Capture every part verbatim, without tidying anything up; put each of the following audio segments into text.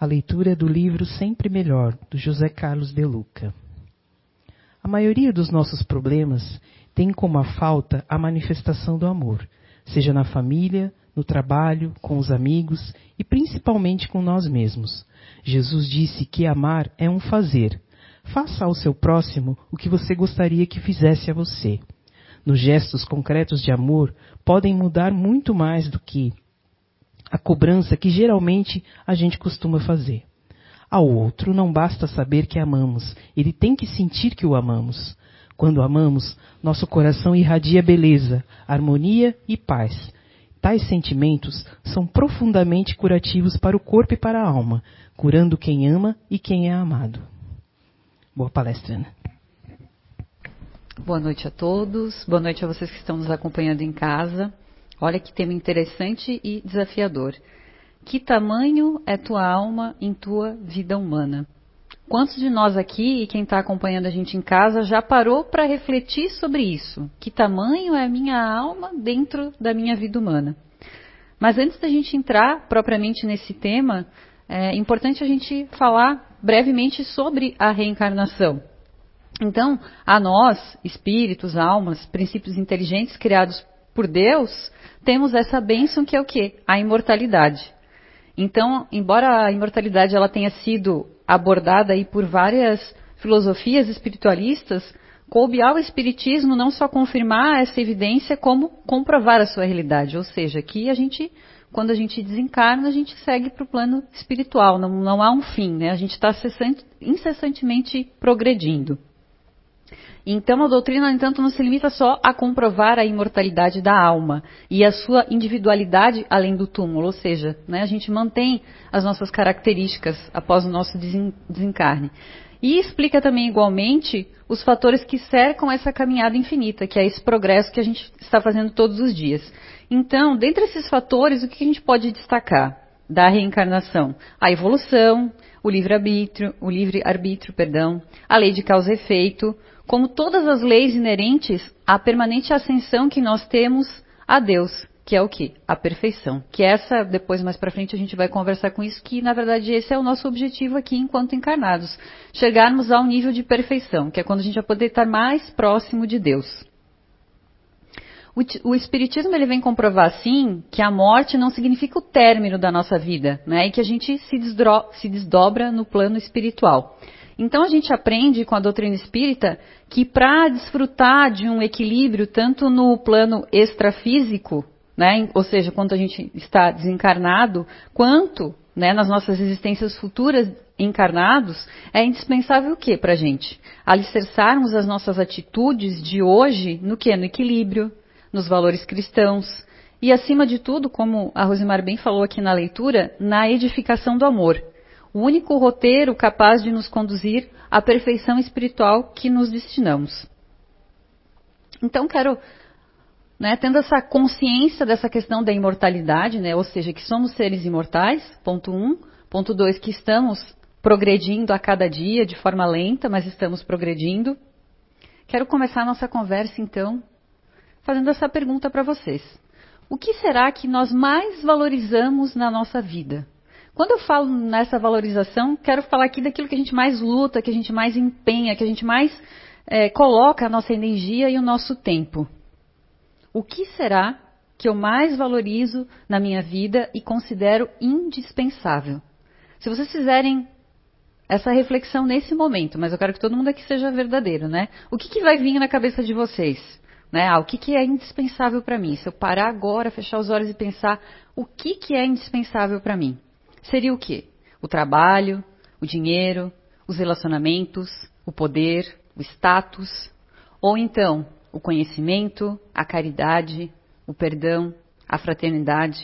A leitura é do livro Sempre Melhor, do José Carlos de Luca. A maioria dos nossos problemas tem como a falta a manifestação do amor, seja na família, no trabalho, com os amigos e principalmente com nós mesmos. Jesus disse que amar é um fazer. Faça ao seu próximo o que você gostaria que fizesse a você. Nos gestos concretos de amor podem mudar muito mais do que a cobrança que geralmente a gente costuma fazer. Ao outro não basta saber que amamos, ele tem que sentir que o amamos. Quando amamos, nosso coração irradia beleza, harmonia e paz. Tais sentimentos são profundamente curativos para o corpo e para a alma, curando quem ama e quem é amado. Boa palestra, Ana. Boa noite a todos, boa noite a vocês que estão nos acompanhando em casa. Olha que tema interessante e desafiador. Que tamanho é tua alma em tua vida humana? Quantos de nós aqui, e quem está acompanhando a gente em casa, já parou para refletir sobre isso? Que tamanho é a minha alma dentro da minha vida humana? Mas antes da gente entrar propriamente nesse tema, é importante a gente falar brevemente sobre a reencarnação. Então, a nós, espíritos, almas, princípios inteligentes criados por Deus, temos essa bênção que é o quê? A imortalidade. Então, embora a imortalidade ela tenha sido abordada aí por várias filosofias espiritualistas, coube ao Espiritismo não só confirmar essa evidência, como comprovar a sua realidade. Ou seja, que a gente, quando a gente desencarna, a gente segue para o plano espiritual, não, não há um fim, né? A gente está incessantemente progredindo. Então a doutrina, no entanto, não se limita só a comprovar a imortalidade da alma e a sua individualidade além do túmulo, ou seja, né, a gente mantém as nossas características após o nosso desencarne. E explica também igualmente os fatores que cercam essa caminhada infinita, que é esse progresso que a gente está fazendo todos os dias. Então, dentre esses fatores, o que a gente pode destacar da reencarnação? A evolução, o livre-arbítrio, o livre-arbítrio, perdão, a lei de causa e efeito, como todas as leis inerentes à permanente ascensão que nós temos a Deus, que é o quê? A perfeição. Que essa, depois mais para frente a gente vai conversar com isso, que na verdade esse é o nosso objetivo aqui enquanto encarnados. Chegarmos ao nível de perfeição, que é quando a gente vai poder estar mais próximo de Deus. O, o Espiritismo ele vem comprovar assim que a morte não significa o término da nossa vida, né? E que a gente se, desdro, se desdobra no plano espiritual. Então a gente aprende com a doutrina espírita que para desfrutar de um equilíbrio tanto no plano extrafísico, né, ou seja, quando a gente está desencarnado, quanto, né, nas nossas existências futuras encarnados, é indispensável o quê para a gente? Alicerçarmos as nossas atitudes de hoje no quê? No equilíbrio, nos valores cristãos e, acima de tudo, como a Rosimar bem falou aqui na leitura, na edificação do amor. O único roteiro capaz de nos conduzir à perfeição espiritual que nos destinamos. Então, quero, né, tendo essa consciência dessa questão da imortalidade, né, ou seja, que somos seres imortais, ponto um, ponto dois, que estamos progredindo a cada dia de forma lenta, mas estamos progredindo. Quero começar a nossa conversa, então, fazendo essa pergunta para vocês. O que será que nós mais valorizamos na nossa vida? Quando eu falo nessa valorização, quero falar aqui daquilo que a gente mais luta, que a gente mais empenha, que a gente mais é, coloca a nossa energia e o nosso tempo. O que será que eu mais valorizo na minha vida e considero indispensável? Se vocês fizerem essa reflexão nesse momento, mas eu quero que todo mundo aqui seja verdadeiro, né? O que, que vai vir na cabeça de vocês? Né? Ah, o que, que é indispensável para mim? Se eu parar agora, fechar os olhos e pensar, o que, que é indispensável para mim? Seria o quê? O trabalho, o dinheiro, os relacionamentos, o poder, o status, ou então o conhecimento, a caridade, o perdão, a fraternidade.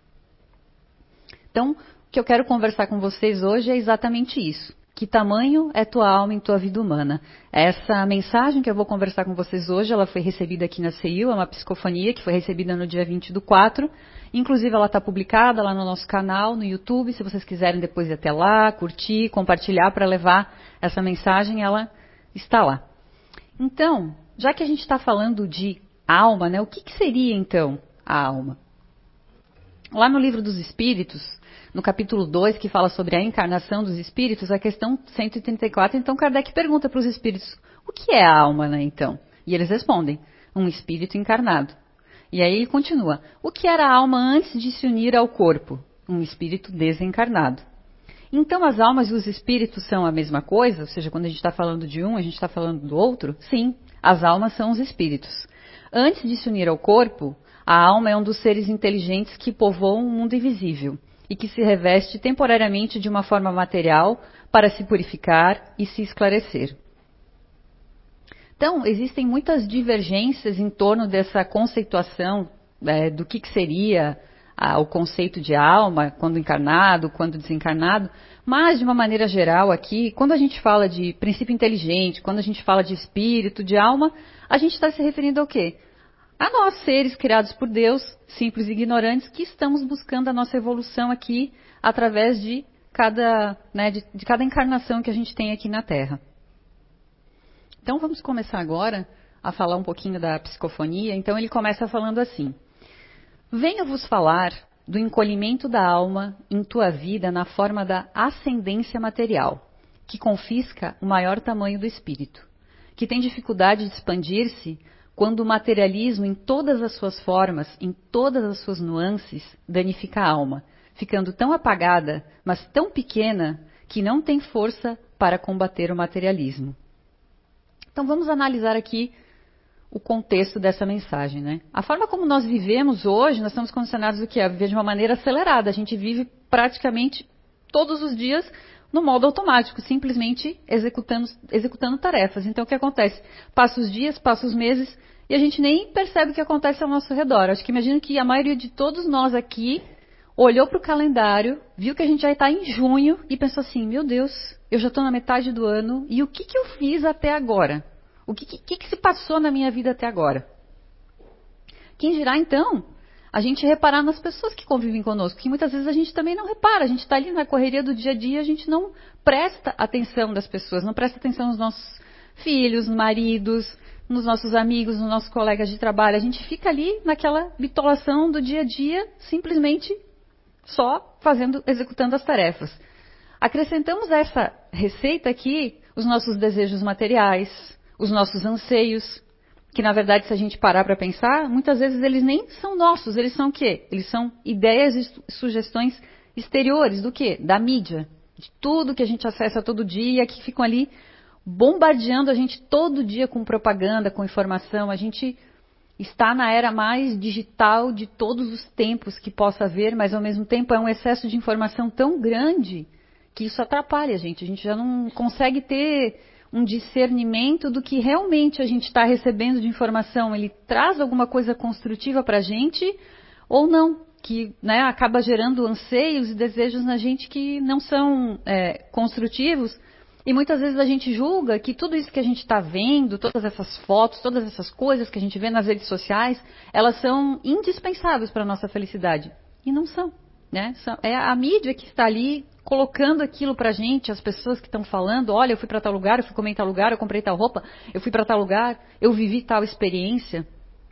Então, o que eu quero conversar com vocês hoje é exatamente isso. Que tamanho é tua alma em tua vida humana? Essa mensagem que eu vou conversar com vocês hoje, ela foi recebida aqui na C I U, é uma psicofonia que foi recebida no dia vinte do quatro. Inclusive, ela está publicada lá no nosso canal, no YouTube. Se vocês quiserem depois ir até lá, curtir, compartilhar para levar essa mensagem, ela está lá. Então, já que a gente está falando de alma, né, o que, que seria então a alma? Lá no Livro dos Espíritos, no capítulo dois, que fala sobre a encarnação dos espíritos, a questão cento e trinta e quatro, então Kardec pergunta para os espíritos, o que é a alma, né, então? E eles respondem, um espírito encarnado. E aí ele continua, o que era a alma antes de se unir ao corpo? Um espírito desencarnado. Então as almas e os espíritos são a mesma coisa? Ou seja, quando a gente está falando de um, a gente está falando do outro? Sim, as almas são os espíritos. Antes de se unir ao corpo, a alma é um dos seres inteligentes que povoam o mundo invisível e que se reveste temporariamente de uma forma material para se purificar e se esclarecer. Então, existem muitas divergências em torno dessa conceituação é, do que, que seria a, o conceito de alma, quando encarnado, quando desencarnado, mas, de uma maneira geral aqui, quando a gente fala de princípio inteligente, quando a gente fala de espírito, de alma, a gente está se referindo ao quê? A nós, seres criados por Deus, simples e ignorantes, que estamos buscando a nossa evolução aqui através de cada, né, de, de cada encarnação que a gente tem aqui na Terra. Então vamos começar agora a falar um pouquinho da psicofonia. Então ele começa falando assim: venho-vos falar do encolhimento da alma em tua vida na forma da ascendência material, que confisca o maior tamanho do espírito, que tem dificuldade de expandir-se quando o materialismo em todas as suas formas, em todas as suas nuances, danifica a alma, ficando tão apagada, mas tão pequena, que não tem força para combater o materialismo. Então vamos analisar aqui o contexto dessa mensagem, né? A forma como nós vivemos hoje, nós estamos condicionados do que? A viver de uma maneira acelerada. A gente vive praticamente todos os dias no modo automático, simplesmente executando, executando tarefas. Então o que acontece? Passa os dias, passa os meses e a gente nem percebe o que acontece ao nosso redor. Acho que imagino que a maioria de todos nós aqui olhou para o calendário, viu que a gente já está em junho e pensou assim, meu Deus, eu já estou na metade do ano e o que, que eu fiz até agora? O que, que, que se passou na minha vida até agora? Quem dirá então a gente reparar nas pessoas que convivem conosco, que muitas vezes a gente também não repara, a gente está ali na correria do dia a dia, a gente não presta atenção das pessoas, não presta atenção nos nossos filhos, maridos, nos nossos amigos, nos nossos colegas de trabalho, a gente fica ali naquela bitolação do dia a dia, simplesmente só fazendo, executando as tarefas. Acrescentamos a essa receita aqui os nossos desejos materiais, os nossos anseios, que na verdade, se a gente parar para pensar, muitas vezes eles nem são nossos, eles são o quê? Eles são ideias e sugestões exteriores do quê? Da mídia, de tudo que a gente acessa todo dia, que ficam ali bombardeando a gente todo dia com propaganda, com informação. A gente está na era mais digital de todos os tempos que possa haver, mas ao mesmo tempo é um excesso de informação tão grande que isso atrapalha a gente. A gente já não consegue ter um discernimento do que realmente a gente está recebendo de informação. Ele traz alguma coisa construtiva para a gente ou não, que né, acaba gerando anseios e desejos na gente que não são é, construtivos. E muitas vezes a gente julga que tudo isso que a gente está vendo, todas essas fotos, todas essas coisas que a gente vê nas redes sociais, elas são indispensáveis para a nossa felicidade. E não são. Né? É a mídia que está ali colocando aquilo para a gente, as pessoas que estão falando, olha, eu fui para tal lugar, eu fui comer em tal lugar, eu comprei tal roupa, eu fui para tal lugar, eu vivi tal experiência.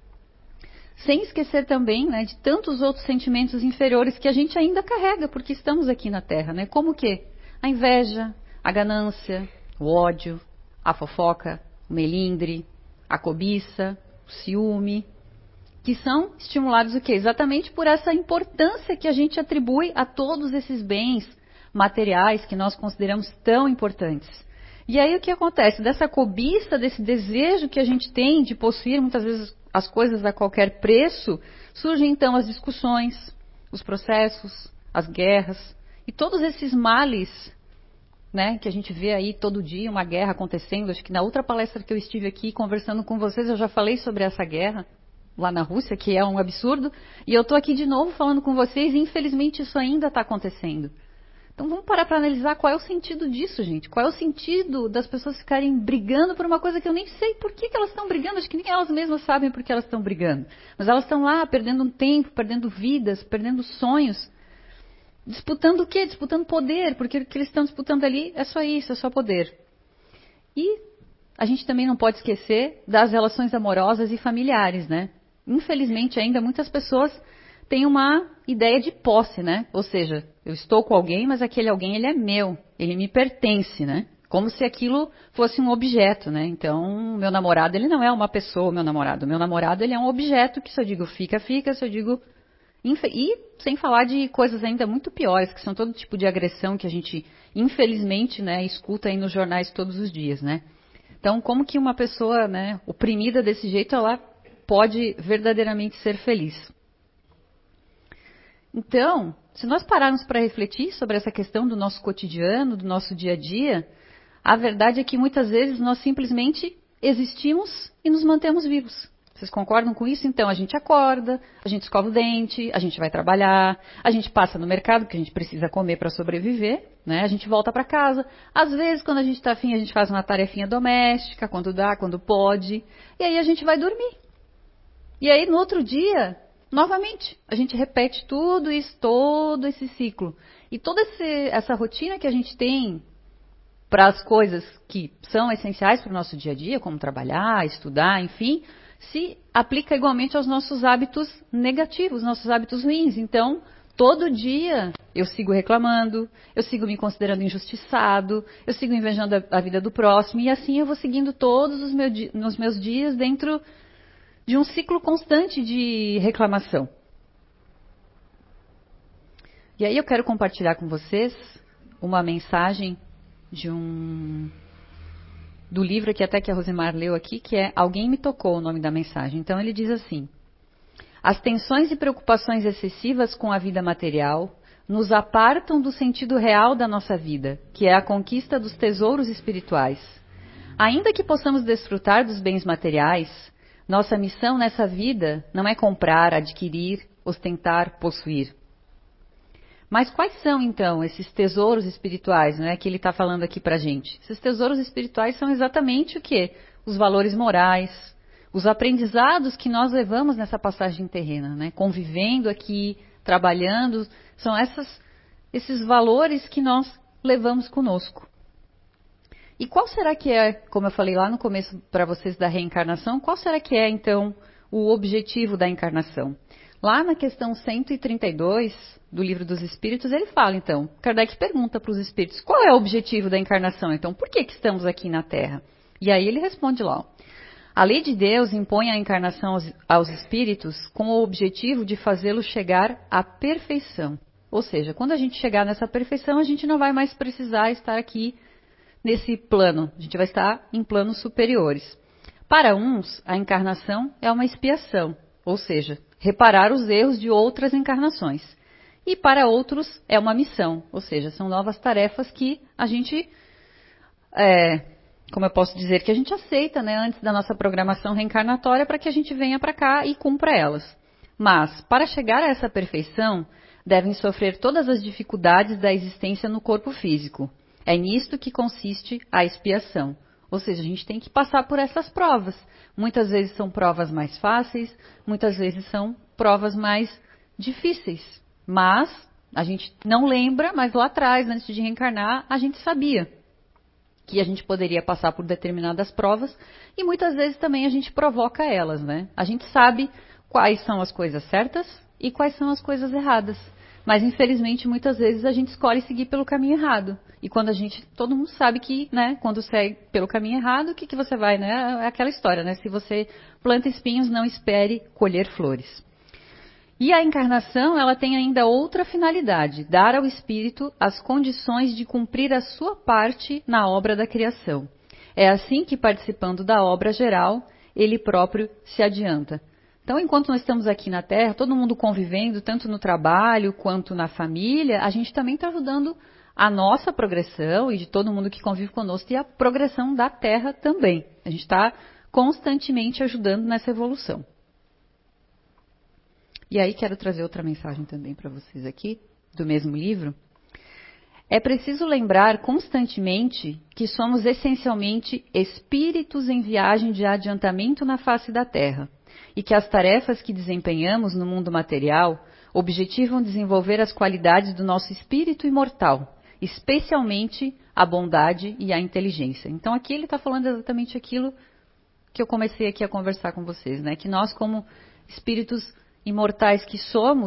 Sem esquecer também né, de tantos outros sentimentos inferiores que a gente ainda carrega, porque estamos aqui na Terra. Né? Como o quê? A inveja, a ganância, o ódio, a fofoca, o melindre, a cobiça, o ciúme, que são estimulados o quê? Exatamente por essa importância que a gente atribui a todos esses bens materiais que nós consideramos tão importantes. E aí o que acontece? Dessa cobiça, desse desejo que a gente tem de possuir muitas vezes as coisas a qualquer preço, surgem então as discussões, os processos, as guerras e todos esses males, né, que a gente vê aí todo dia, uma guerra acontecendo. Acho que na outra palestra que eu estive aqui conversando com vocês, eu já falei sobre essa guerra lá na Rússia, que é um absurdo, e eu estou aqui de novo falando com vocês e infelizmente isso ainda está acontecendo. Então vamos parar para analisar qual é o sentido disso, gente. Qual é o sentido das pessoas ficarem brigando por uma coisa que eu nem sei por que, que elas estão brigando. Acho que nem elas mesmas sabem por que elas estão brigando. Mas elas estão lá perdendo um tempo, perdendo vidas, perdendo sonhos. Disputando o quê? Disputando poder, porque o que eles estão disputando ali é só isso, é só poder. E a gente também não pode esquecer das relações amorosas e familiares, né? Infelizmente ainda muitas pessoas têm uma ideia de posse, né? Ou seja, eu estou com alguém, mas aquele alguém ele é meu, ele me pertence, né? Como se aquilo fosse um objeto, né? Então, meu namorado, ele não é uma pessoa, meu namorado. Meu namorado, ele é um objeto que se eu digo fica, fica, se eu digo... E sem falar de coisas ainda muito piores, que são todo tipo de agressão que a gente, infelizmente, né, escuta aí nos jornais todos os dias, né? Então, como que uma pessoa, né, oprimida desse jeito, ela pode verdadeiramente ser feliz? Então, se nós pararmos para refletir sobre essa questão do nosso cotidiano, do nosso dia a dia, a verdade é que muitas vezes nós simplesmente existimos e nos mantemos vivos. Vocês concordam com isso? Então, a gente acorda, a gente escova o dente, a gente vai trabalhar, a gente passa no mercado, porque a gente precisa comer para sobreviver, né? A gente volta para casa. Às vezes, quando a gente está afim, a gente faz uma tarefinha doméstica, quando dá, quando pode. E aí a gente vai dormir. E aí, no outro dia, novamente, a gente repete tudo isso, todo esse ciclo. E toda esse, essa rotina que a gente tem para as coisas que são essenciais para o nosso dia a dia, como trabalhar, estudar, enfim... se aplica igualmente aos nossos hábitos negativos, nossos hábitos ruins. Então, todo dia eu sigo reclamando, eu sigo me considerando injustiçado, eu sigo invejando a, a vida do próximo, e assim eu vou seguindo todos os, meu, os meus dias dentro de um ciclo constante de reclamação. E aí eu quero compartilhar com vocês uma mensagem de um... do livro que até que a Rosemar leu aqui, que é Alguém Me Tocou, o nome da mensagem. Então ele diz assim: as tensões e preocupações excessivas com a vida material nos apartam do sentido real da nossa vida, que é a conquista dos tesouros espirituais. Ainda que possamos desfrutar dos bens materiais, nossa missão nessa vida não é comprar, adquirir, ostentar, possuir. Mas quais são, então, esses tesouros espirituais, né, que ele está falando aqui para a gente? Esses tesouros espirituais são exatamente o quê? Os valores morais, os aprendizados que nós levamos nessa passagem terrena, né? Convivendo aqui, trabalhando, são essas, esses valores que nós levamos conosco. E qual será que é, como eu falei lá no começo para vocês da reencarnação, qual será que é, então, o objetivo da encarnação? Lá na questão cento e trinta e dois do Livro dos Espíritos, ele fala, então, Kardec pergunta para os espíritos, qual é o objetivo da encarnação? Então, por que, que estamos aqui na Terra? E aí ele responde lá, ó, a lei de Deus impõe a encarnação aos, aos espíritos com o objetivo de fazê-los chegar à perfeição. Ou seja, quando a gente chegar nessa perfeição, a gente não vai mais precisar estar aqui nesse plano, a gente vai estar em planos superiores. Para uns, a encarnação é uma expiação, ou seja, reparar os erros de outras encarnações. E para outros é uma missão, ou seja, são novas tarefas que a gente, é, como eu posso dizer, que a gente aceita, né, antes da nossa programação reencarnatória para que a gente venha para cá e cumpra elas. Mas, para chegar a essa perfeição, devem sofrer todas as dificuldades da existência no corpo físico. É nisto que consiste a expiação. Ou seja, a gente tem que passar por essas provas. Muitas vezes são provas mais fáceis, muitas vezes são provas mais difíceis. Mas a gente não lembra, mas lá atrás, antes de reencarnar, a gente sabia que a gente poderia passar por determinadas provas e muitas vezes também a gente provoca elas, né? A gente sabe quais são as coisas certas e quais são as coisas erradas. Mas, infelizmente, muitas vezes a gente escolhe seguir pelo caminho errado. E quando a gente, todo mundo sabe que, né, quando segue pelo caminho errado, o que, que você vai, né? É aquela história, né? Se você planta espinhos, não espere colher flores. E a encarnação, ela tem ainda outra finalidade, dar ao espírito as condições de cumprir a sua parte na obra da criação. É assim que, participando da obra geral, ele próprio se adianta. Então, enquanto nós estamos aqui na Terra, todo mundo convivendo, tanto no trabalho quanto na família, a gente também está ajudando a nossa progressão e de todo mundo que convive conosco e a progressão da Terra também. A gente está constantemente ajudando nessa evolução. E aí quero trazer outra mensagem também para vocês aqui, do mesmo livro. É preciso lembrar constantemente que somos essencialmente espíritos em viagem de adiantamento na face da Terra. E que as tarefas que desempenhamos no mundo material objetivam desenvolver as qualidades do nosso espírito imortal, especialmente a bondade e a inteligência. Então aqui ele está falando exatamente aquilo que eu comecei aqui a conversar com vocês, né? Que nós, como espíritos imortais que somos,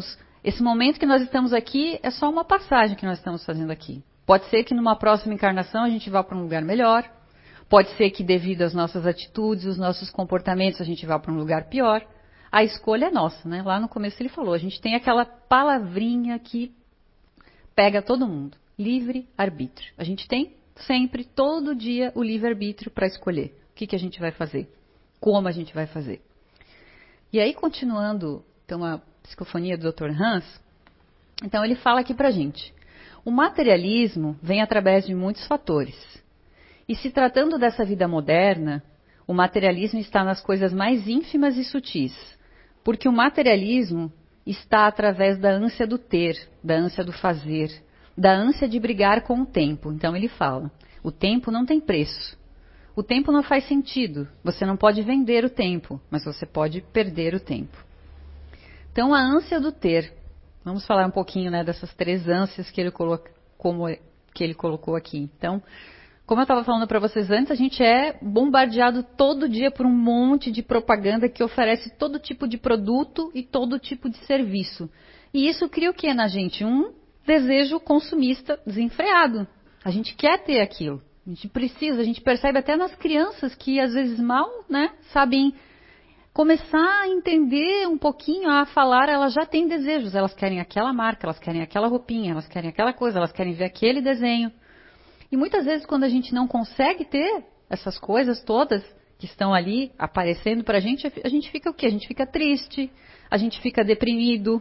Esse momento que nós estamos aqui é só uma passagem que nós estamos fazendo aqui. Pode ser que numa próxima encarnação a gente vá para um lugar melhor. Pode ser que devido às nossas atitudes, os nossos comportamentos, a gente vá para um lugar pior. A escolha é nossa, né? Lá no começo ele falou, a gente tem aquela palavrinha que pega todo mundo. Livre-arbítrio. A gente tem sempre, todo dia, o livre-arbítrio para escolher o que, que a gente vai fazer, como a gente vai fazer. E aí, continuando, então, a psicofonia do doutor Hans, então ele fala aqui pra gente. O materialismo vem através de muitos fatores. E se tratando dessa vida moderna, o materialismo está nas coisas mais ínfimas e sutis, porque o materialismo está através da ânsia do ter, da ânsia do fazer, da ânsia de brigar com o tempo. Então ele fala, o tempo não tem preço. O tempo não faz sentido. Você não pode vender o tempo, mas você pode perder o tempo. Então a ânsia do ter. Vamos falar um pouquinho, né, dessas três ânsias que ele, coloca, como, que ele colocou aqui. Então, como eu estava falando para vocês antes, a gente é bombardeado todo dia por um monte de propaganda que oferece todo tipo de produto e todo tipo de serviço. E isso cria o que na gente? Um desejo consumista desenfreado. A gente quer ter aquilo. A gente precisa, a gente percebe até nas crianças que às vezes mal, né, sabem começar a entender um pouquinho, a falar, elas já têm desejos. Elas querem aquela marca, elas querem aquela roupinha, elas querem aquela coisa, elas querem ver aquele desenho. E muitas vezes quando a gente não consegue ter essas coisas todas que estão ali aparecendo pra gente, a gente fica o quê? A gente fica triste, a gente fica deprimido.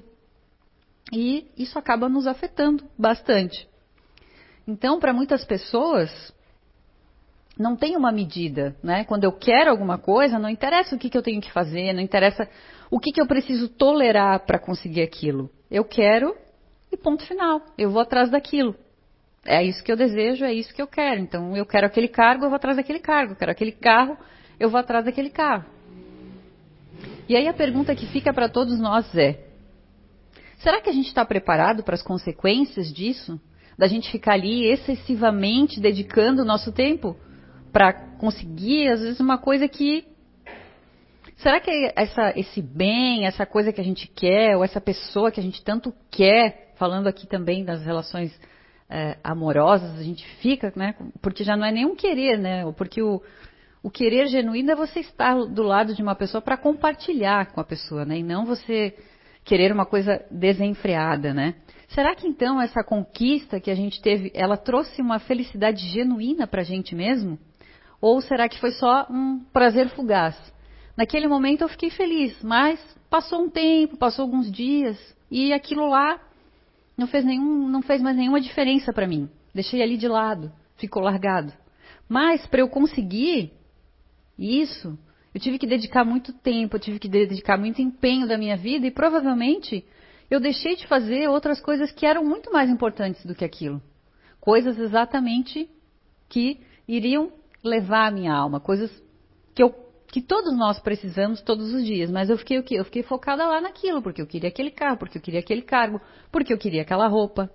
E isso acaba nos afetando bastante. Então, para muitas pessoas, não tem uma medida, né? Quando eu quero alguma coisa, não interessa o que, que eu tenho que fazer, não interessa o que, que eu preciso tolerar para conseguir aquilo. Eu quero e ponto final. Eu vou atrás daquilo. É isso que eu desejo, é isso que eu quero. Então, eu quero aquele cargo, eu vou atrás daquele cargo. Eu quero aquele carro, eu vou atrás daquele carro. E aí a pergunta que fica para todos nós é, será que a gente está preparado para as consequências disso? Da gente ficar ali excessivamente dedicando o nosso tempo para conseguir, às vezes, uma coisa que... Será que essa, esse bem, essa coisa que a gente quer, ou essa pessoa que a gente tanto quer, falando aqui também das relações é, amorosas, a gente fica, né? Porque já não é nenhum querer, né? Porque o, o querer genuíno é você estar do lado de uma pessoa para compartilhar com a pessoa, né? E não você querer uma coisa desenfreada, né? Será que então essa conquista que a gente teve, ela trouxe uma felicidade genuína para a gente mesmo? Ou será que foi só um prazer fugaz? Naquele momento eu fiquei feliz, mas passou um tempo, passou alguns dias e aquilo lá não fez, nenhum, não fez mais nenhuma diferença para mim. Deixei ali de lado, ficou largado. Mas para eu conseguir isso, eu tive que dedicar muito tempo, eu tive que dedicar muito empenho da minha vida e provavelmente eu deixei de fazer outras coisas que eram muito mais importantes do que aquilo. Coisas exatamente que iriam levar a minha alma, coisas que, eu, que todos nós precisamos todos os dias. Mas eu fiquei o quê? Eu fiquei focada lá naquilo, porque eu queria aquele carro, porque eu queria aquele cargo, porque eu queria aquela roupa.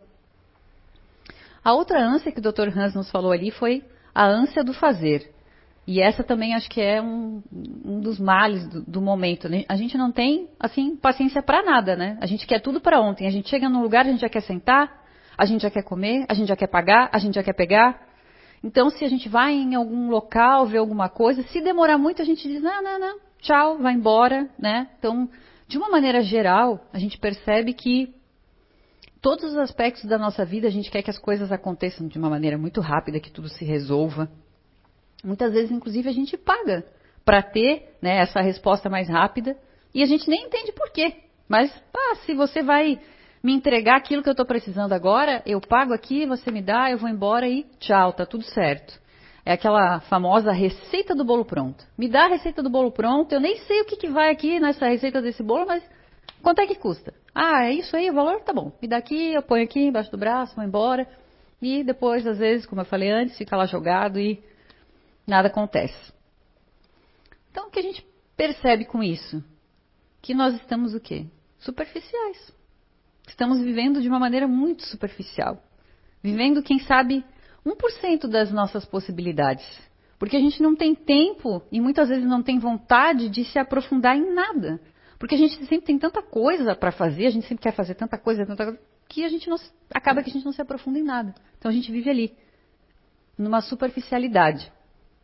A outra ânsia que o doutor Hans nos falou ali foi a ânsia do fazer. E essa também acho que é um, um dos males do, do momento, né? A gente não tem, assim, paciência para nada, né? A gente quer tudo para ontem. A gente chega num lugar, a gente já quer sentar, a gente já quer comer, a gente já quer pagar, a gente já quer pegar. Então, se a gente vai em algum local, ver alguma coisa, se demorar muito, a gente diz, não, não, não, tchau, vai embora, né? Então, de uma maneira geral, a gente percebe que todos os aspectos da nossa vida, a gente quer que as coisas aconteçam de uma maneira muito rápida, que tudo se resolva. Muitas vezes, inclusive, a gente paga para ter, né, essa resposta mais rápida e a gente nem entende por quê. Mas, ah, se você vai me entregar aquilo que eu estou precisando agora, eu pago aqui, você me dá, eu vou embora e tchau, tá tudo certo. É aquela famosa receita do bolo pronto. Me dá a receita do bolo pronto, eu nem sei o que, que vai aqui nessa receita desse bolo, mas quanto é que custa? Ah, é isso aí, o valor? Tá bom. Me dá aqui, eu ponho aqui embaixo do braço, vou embora. E depois, às vezes, como eu falei antes, fica lá jogado e nada acontece. Então, o que a gente percebe com isso? Que nós estamos o quê? Superficiais. Estamos vivendo de uma maneira muito superficial. Vivendo, quem sabe, um por cento das nossas possibilidades. Porque a gente não tem tempo e muitas vezes não tem vontade de se aprofundar em nada. Porque a gente sempre tem tanta coisa para fazer, a gente sempre quer fazer tanta coisa, tanta coisa, que a gente não, acaba que a gente não se aprofunda em nada. Então a gente vive ali, numa superficialidade.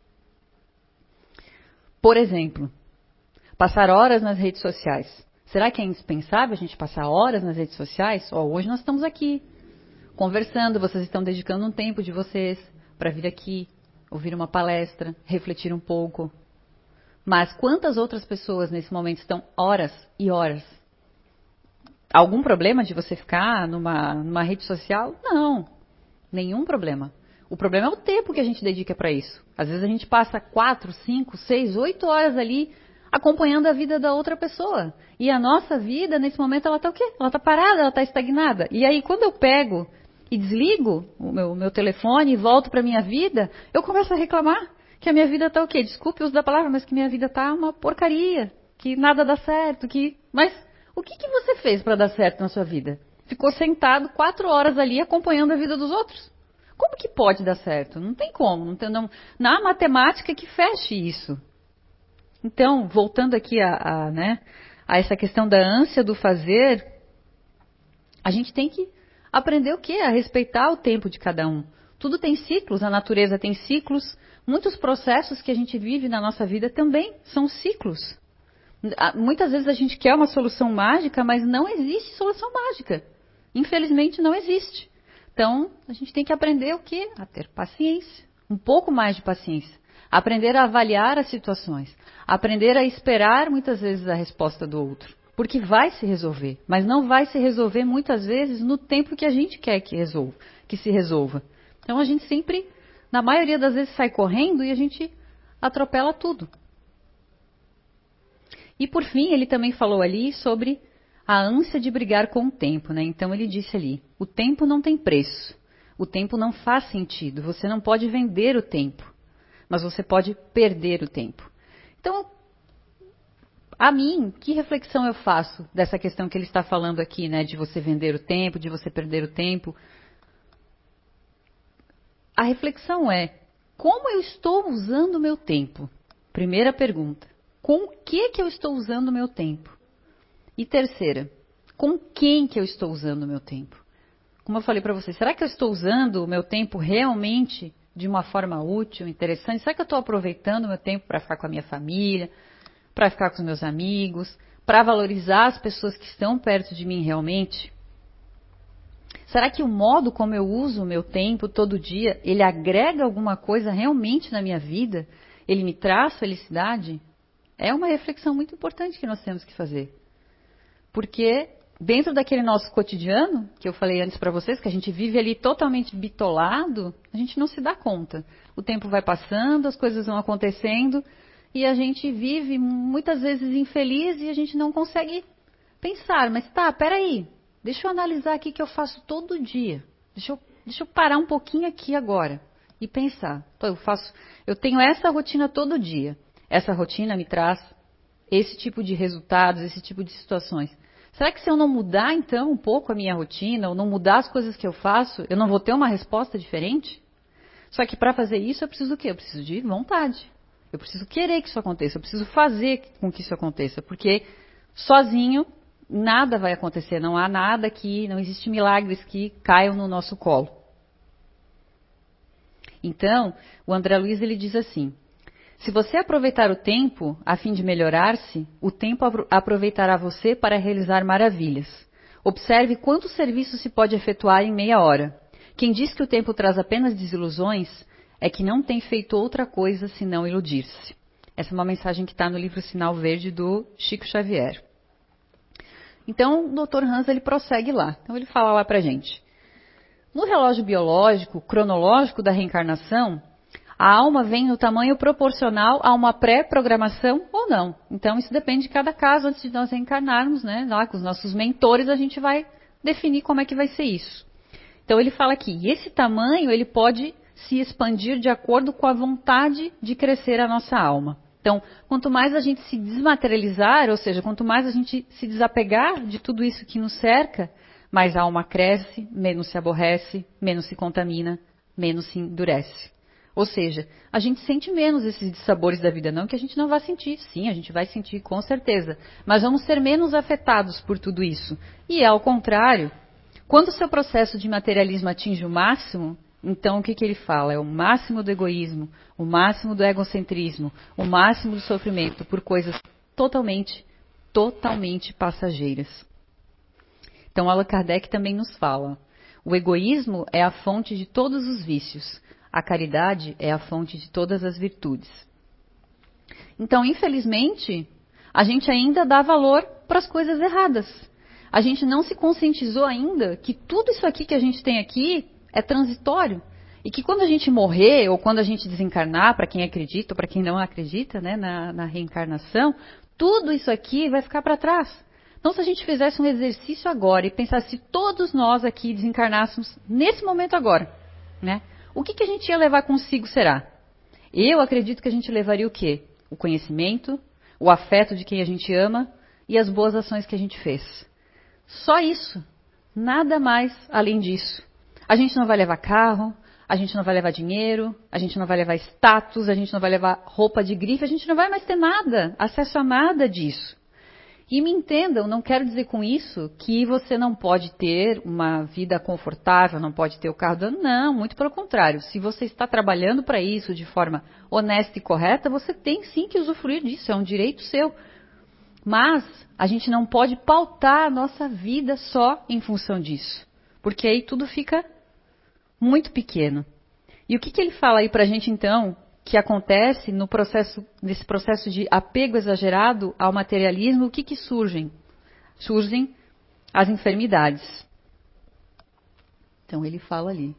Por exemplo, passar horas nas redes sociais. Será que é indispensável a gente passar horas nas redes sociais? Oh, hoje nós estamos aqui, conversando, vocês estão dedicando um tempo de vocês para vir aqui, ouvir uma palestra, refletir um pouco. Mas quantas outras pessoas nesse momento estão horas e horas? Algum problema de você ficar numa, numa rede social? Não, nenhum problema. O problema é o tempo que a gente dedica para isso. Às vezes a gente passa quatro, cinco, seis, oito horas ali acompanhando a vida da outra pessoa. E a nossa vida, nesse momento, ela está o quê? Ela está parada, ela está estagnada. E aí, quando eu pego e desligo o meu, meu telefone e volto para a minha vida, eu começo a reclamar que a minha vida está o quê? Desculpe o uso da palavra, mas que minha vida está uma porcaria, que nada dá certo, que... Mas o que, que você fez para dar certo na sua vida? Ficou sentado quatro horas ali acompanhando a vida dos outros? Como que pode dar certo? Não tem como, não tem, não, não há matemática que feche isso. Então, voltando aqui a, a, né, a essa questão da ânsia do fazer, a gente tem que aprender o quê? A respeitar o tempo de cada um. Tudo tem ciclos, a natureza tem ciclos, muitos processos que a gente vive na nossa vida também são ciclos. Muitas vezes a gente quer uma solução mágica, mas não existe solução mágica. Infelizmente não existe. Então, a gente tem que aprender o quê? A ter paciência, um pouco mais de paciência. Aprender a avaliar as situações. Aprender a esperar muitas vezes a resposta do outro. Porque vai se resolver, mas não vai se resolver muitas vezes no tempo que a gente quer que resolva, que se resolva. Então a gente sempre, na maioria das vezes, sai correndo e a gente atropela tudo. E por fim, ele também falou ali sobre a ânsia de brigar com o tempo, né? Então ele disse ali, o tempo não tem preço, o tempo não faz sentido, você não pode vender o tempo, mas você pode perder o tempo. Então, a mim, que reflexão eu faço dessa questão que ele está falando aqui, né? De você vender o tempo, de você perder o tempo. A reflexão é, como eu estou usando o meu tempo? Primeira pergunta, com o que que eu estou usando o meu tempo? E terceira, com quem que eu estou usando o meu tempo? Como eu falei para vocês, será que eu estou usando o meu tempo realmente de uma forma útil, interessante? Será que eu estou aproveitando o meu tempo para ficar com a minha família, para ficar com os meus amigos, para valorizar as pessoas que estão perto de mim realmente? Será que o modo como eu uso o meu tempo todo dia, ele agrega alguma coisa realmente na minha vida? Ele me traz felicidade? É uma reflexão muito importante que nós temos que fazer. Porque dentro daquele nosso cotidiano, que eu falei antes para vocês, que a gente vive ali totalmente bitolado, a gente não se dá conta. O tempo vai passando, as coisas vão acontecendo, e a gente vive muitas vezes infeliz e a gente não consegue pensar, mas tá, peraí, deixa eu analisar aqui o que eu faço todo dia. Deixa eu, deixa eu parar um pouquinho aqui agora e pensar. Pô, eu faço, eu tenho essa rotina todo dia. Essa rotina me traz esse tipo de resultados, esse tipo de situações. Será que se eu não mudar, então, um pouco a minha rotina, ou não mudar as coisas que eu faço, eu não vou ter uma resposta diferente? Só que para fazer isso, eu preciso do quê? Eu preciso de vontade. Eu preciso querer que isso aconteça, eu preciso fazer com que isso aconteça, porque sozinho nada vai acontecer, não há nada que, não existe milagres que caiam no nosso colo. Então, o André Luiz ele diz assim, se você aproveitar o tempo a fim de melhorar-se, o tempo aproveitará você para realizar maravilhas. Observe quantos serviços se pode efetuar em meia hora. Quem diz que o tempo traz apenas desilusões é que não tem feito outra coisa senão iludir-se. Essa é uma mensagem que está no livro Sinal Verde do Chico Xavier. Então, o doutor Hans ele prossegue lá. Então, ele fala lá para a gente. No relógio biológico, cronológico da reencarnação, a alma vem no tamanho proporcional a uma pré-programação ou não. Então, isso depende de cada caso. Antes de nós reencarnarmos, né, lá com os nossos mentores, a gente vai definir como é que vai ser isso. Então, ele fala aqui, e esse tamanho ele pode se expandir de acordo com a vontade de crescer a nossa alma. Então, quanto mais a gente se desmaterializar, ou seja, quanto mais a gente se desapegar de tudo isso que nos cerca, mais a alma cresce, menos se aborrece, menos se contamina, menos se endurece. Ou seja, a gente sente menos esses dissabores da vida. Não que a gente não vá sentir, sim, a gente vai sentir com certeza. Mas vamos ser menos afetados por tudo isso. E ao contrário, quando o seu processo de materialismo atinge o máximo, então o que, que ele fala? É o máximo do egoísmo, o máximo do egocentrismo, o máximo do sofrimento por coisas totalmente, totalmente passageiras. Então Allan Kardec também nos fala, o egoísmo é a fonte de todos os vícios. A caridade é a fonte de todas as virtudes. Então, infelizmente, a gente ainda dá valor para as coisas erradas. A gente não se conscientizou ainda que tudo isso aqui que a gente tem aqui é transitório. E que quando a gente morrer, ou quando a gente desencarnar, para quem acredita ou para quem não acredita, né, na, na reencarnação, tudo isso aqui vai ficar para trás. Então, se a gente fizesse um exercício agora e pensasse se todos nós aqui desencarnássemos nesse momento agora, né? O que, que a gente ia levar consigo, será? Eu acredito que a gente levaria o quê? O conhecimento, o afeto de quem a gente ama e as boas ações que a gente fez. Só isso. Nada mais além disso. A gente não vai levar carro, a gente não vai levar dinheiro, a gente não vai levar status, a gente não vai levar roupa de grife, a gente não vai mais ter nada, acesso a nada disso. E me entendam, não quero dizer com isso que você não pode ter uma vida confortável, não pode ter o carro do ano. Não, muito pelo contrário. Se você está trabalhando para isso de forma honesta e correta, você tem sim que usufruir disso, é um direito seu. Mas a gente não pode pautar a nossa vida só em função disso, porque aí tudo fica muito pequeno. E o que, que ele fala aí para a gente então, que acontece no processo, nesse processo de apego exagerado ao materialismo? O que, que surgem? Surgem as enfermidades. Então ele fala ali.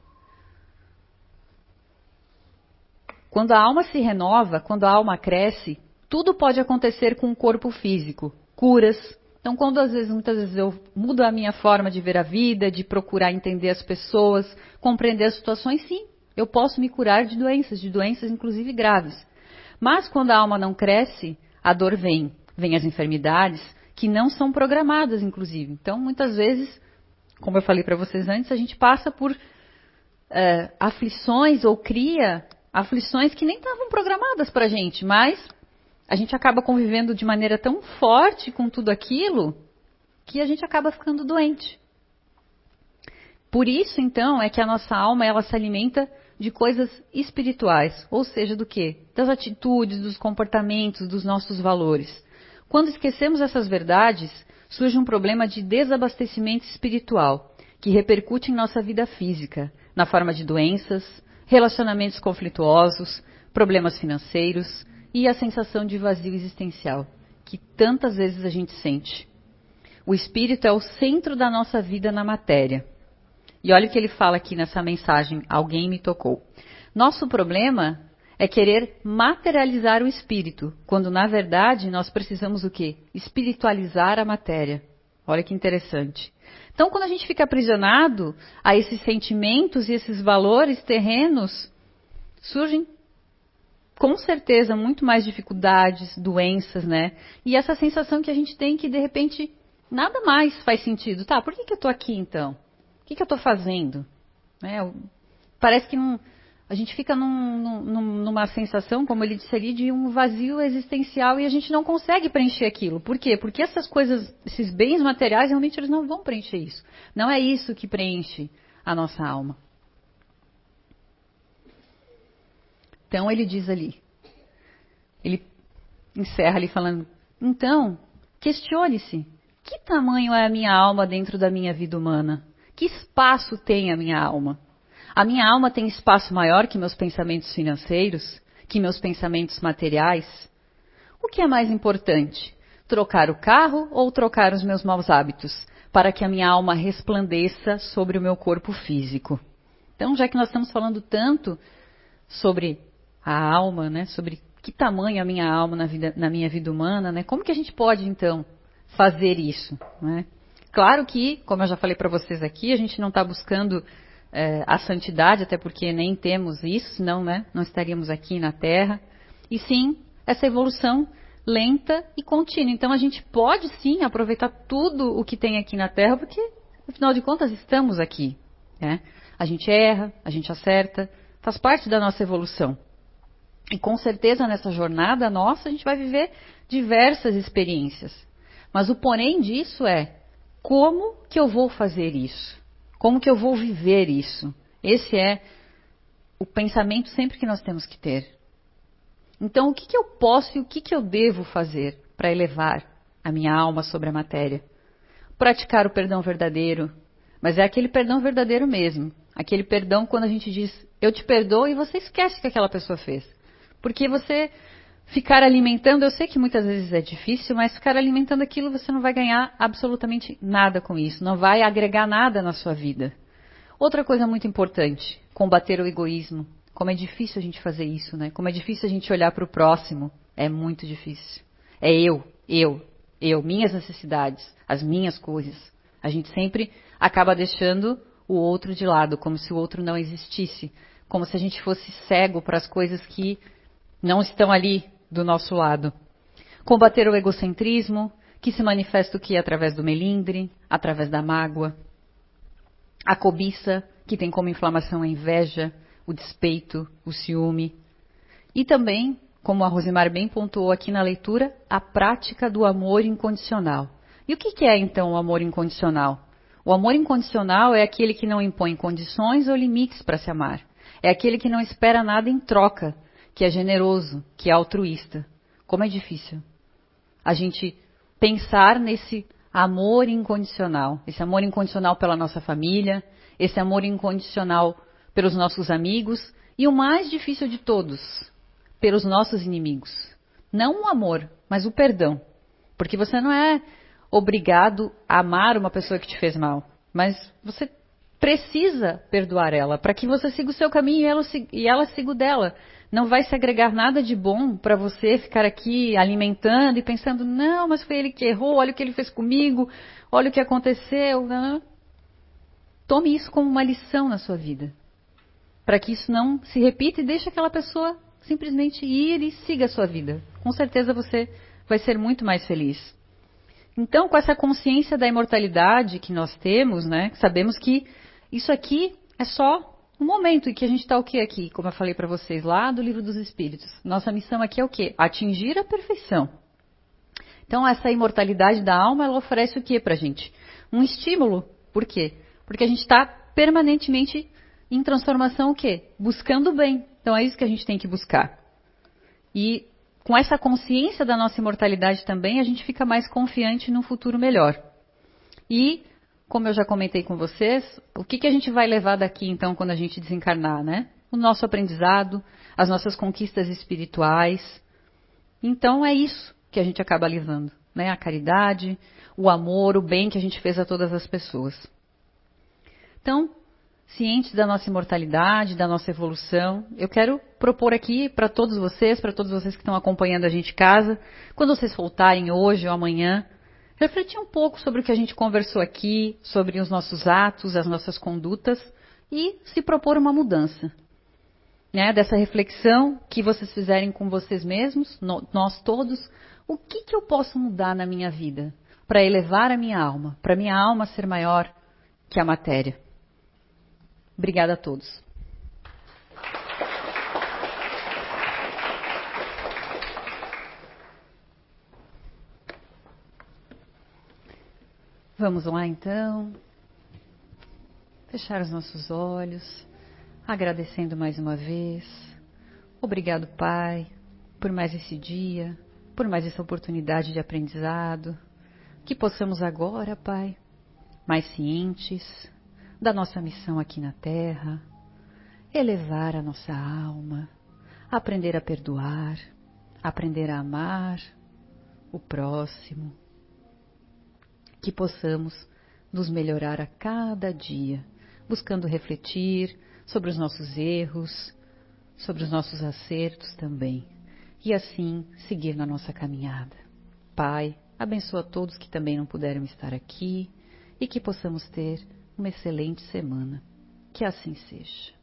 Quando a alma se renova, quando a alma cresce, tudo pode acontecer com o corpo físico. Curas. Então, quando às vezes, muitas vezes eu mudo a minha forma de ver a vida, de procurar entender as pessoas, compreender as situações, sim, eu posso me curar de doenças, de doenças inclusive graves. Mas quando a alma não cresce, a dor vem. Vem as enfermidades que não são programadas, inclusive. Então, muitas vezes, como eu falei para vocês antes, a gente passa por é, aflições ou cria aflições que nem estavam programadas para a gente, mas a gente acaba convivendo de maneira tão forte com tudo aquilo que a gente acaba ficando doente. Por isso, então, é que a nossa alma ela se alimenta de coisas espirituais, ou seja, do quê? Das atitudes, dos comportamentos, dos nossos valores. Quando esquecemos essas verdades, surge um problema de desabastecimento espiritual, que repercute em nossa vida física, na forma de doenças, relacionamentos conflituosos, problemas financeiros e a sensação de vazio existencial, que tantas vezes a gente sente. O espírito é o centro da nossa vida na matéria. E olha o que ele fala aqui nessa mensagem, alguém me tocou. Nosso problema é querer materializar o espírito, quando na verdade nós precisamos o quê? Espiritualizar a matéria. Olha que interessante. Então, quando a gente fica aprisionado a esses sentimentos e esses valores terrenos, surgem com certeza muito mais dificuldades, doenças, né? E essa sensação que a gente tem que de repente nada mais faz sentido. Tá, por que, que eu estou aqui então? O que, que eu estou fazendo? É, parece que não, a gente fica num, num, numa sensação, como ele disse ali, de um vazio existencial e a gente não consegue preencher aquilo. Por quê? Porque essas coisas, esses bens materiais, realmente eles não vão preencher isso. Não é isso que preenche a nossa alma. Então ele diz ali, ele encerra ali falando, então, questione-se, que tamanho é a minha alma dentro da minha vida humana? Que espaço tem a minha alma? A minha alma tem espaço maior que meus pensamentos financeiros, que meus pensamentos materiais? O que é mais importante? Trocar o carro ou trocar os meus maus hábitos, para que a minha alma resplandeça sobre o meu corpo físico? Então, já que nós estamos falando tanto sobre a alma, né, sobre que tamanho a minha alma na, vida, na minha vida humana, né, como que a gente pode, então, fazer isso, né? Claro que, como eu já falei para vocês aqui, a gente não está buscando é, a santidade, até porque nem temos isso, senão, né, não estaríamos aqui na Terra. E sim, essa evolução lenta e contínua. Então, a gente pode sim aproveitar tudo o que tem aqui na Terra, porque, afinal de contas, estamos aqui, né? A gente erra, a gente acerta, faz parte da nossa evolução. E com certeza nessa jornada nossa a gente vai viver diversas experiências. Mas o porém disso é, como que eu vou fazer isso? Como que eu vou viver isso? Esse é o pensamento sempre que nós temos que ter. Então, o que, que eu posso e o que, que eu devo fazer para elevar a minha alma sobre a matéria? Praticar o perdão verdadeiro, mas é aquele perdão verdadeiro mesmo. Aquele perdão quando a gente diz, eu te perdoo e você esquece o que aquela pessoa fez. Porque você ficar alimentando, eu sei que muitas vezes é difícil, mas ficar alimentando aquilo você não vai ganhar absolutamente nada com isso, não vai agregar nada na sua vida. Outra coisa muito importante, combater o egoísmo. Como é difícil a gente fazer isso, né? Como é difícil a gente olhar para o próximo. É muito difícil. É eu, eu, eu, minhas necessidades, as minhas coisas. A gente sempre acaba deixando o outro de lado, como se o outro não existisse. Como se a gente fosse cego para as coisas que não estão ali do nosso lado. Combater o egocentrismo, que se manifesta o que? Através do melindre, através da mágoa. A cobiça, que tem como inflamação a inveja, o despeito, o ciúme. E também, como a Rosimar bem pontuou aqui na leitura, a prática do amor incondicional. E o que é então o amor incondicional? O amor incondicional é aquele que não impõe condições ou limites para se amar. É aquele que não espera nada em troca, que é generoso, que é altruísta. Como é difícil a gente pensar nesse amor incondicional. Esse amor incondicional pela nossa família, esse amor incondicional pelos nossos amigos e o mais difícil de todos, pelos nossos inimigos. Não o amor, mas o perdão. Porque você não é obrigado a amar uma pessoa que te fez mal, mas você precisa perdoar ela para que você siga o seu caminho e ela, e ela siga o dela. Não vai se agregar nada de bom para você ficar aqui alimentando e pensando, não, mas foi ele que errou, olha o que ele fez comigo, olha o que aconteceu. Não. Tome isso como uma lição na sua vida, para que isso não se repita e deixe aquela pessoa simplesmente ir e siga a sua vida. Com certeza você vai ser muito mais feliz. Então, com essa consciência da imortalidade que nós temos, né, sabemos que isso aqui é só um momento em que a gente está o que aqui? Como eu falei para vocês lá do Livro dos Espíritos. Nossa missão aqui é o quê? Atingir a perfeição. Então, essa imortalidade da alma, ela oferece o que para a gente? Um estímulo. Por quê? Porque a gente está permanentemente em transformação o quê? Buscando o bem. Então é isso que a gente tem que buscar. E com essa consciência da nossa imortalidade também, a gente fica mais confiante num futuro melhor. E, como eu já comentei com vocês, o que, que a gente vai levar daqui então quando a gente desencarnar, né? O nosso aprendizado, as nossas conquistas espirituais. Então é isso que a gente acaba levando, né? A caridade, o amor, o bem que a gente fez a todas as pessoas. Então, cientes da nossa imortalidade, da nossa evolução, eu quero propor aqui para todos vocês, para todos vocês que estão acompanhando a gente em casa, quando vocês voltarem hoje ou amanhã, refletir um pouco sobre o que a gente conversou aqui, sobre os nossos atos, as nossas condutas e se propor uma mudança. Né? Dessa reflexão que vocês fizerem com vocês mesmos, no, nós todos, o que, que eu posso mudar na minha vida para elevar a minha alma, para a minha alma ser maior que a matéria. Obrigada a todos. Vamos lá então. Fechar os nossos olhos, agradecendo mais uma vez. Obrigado, Pai, por mais esse dia, por mais essa oportunidade de aprendizado. Que possamos agora, Pai, mais cientes da nossa missão aqui na Terra, elevar a nossa alma, aprender a perdoar, aprender a amar o próximo, que possamos nos melhorar a cada dia, buscando refletir sobre os nossos erros, sobre os nossos acertos também, e assim seguir na nossa caminhada. Pai, abençoa todos que também não puderam estar aqui e que possamos ter uma excelente semana. Que assim seja.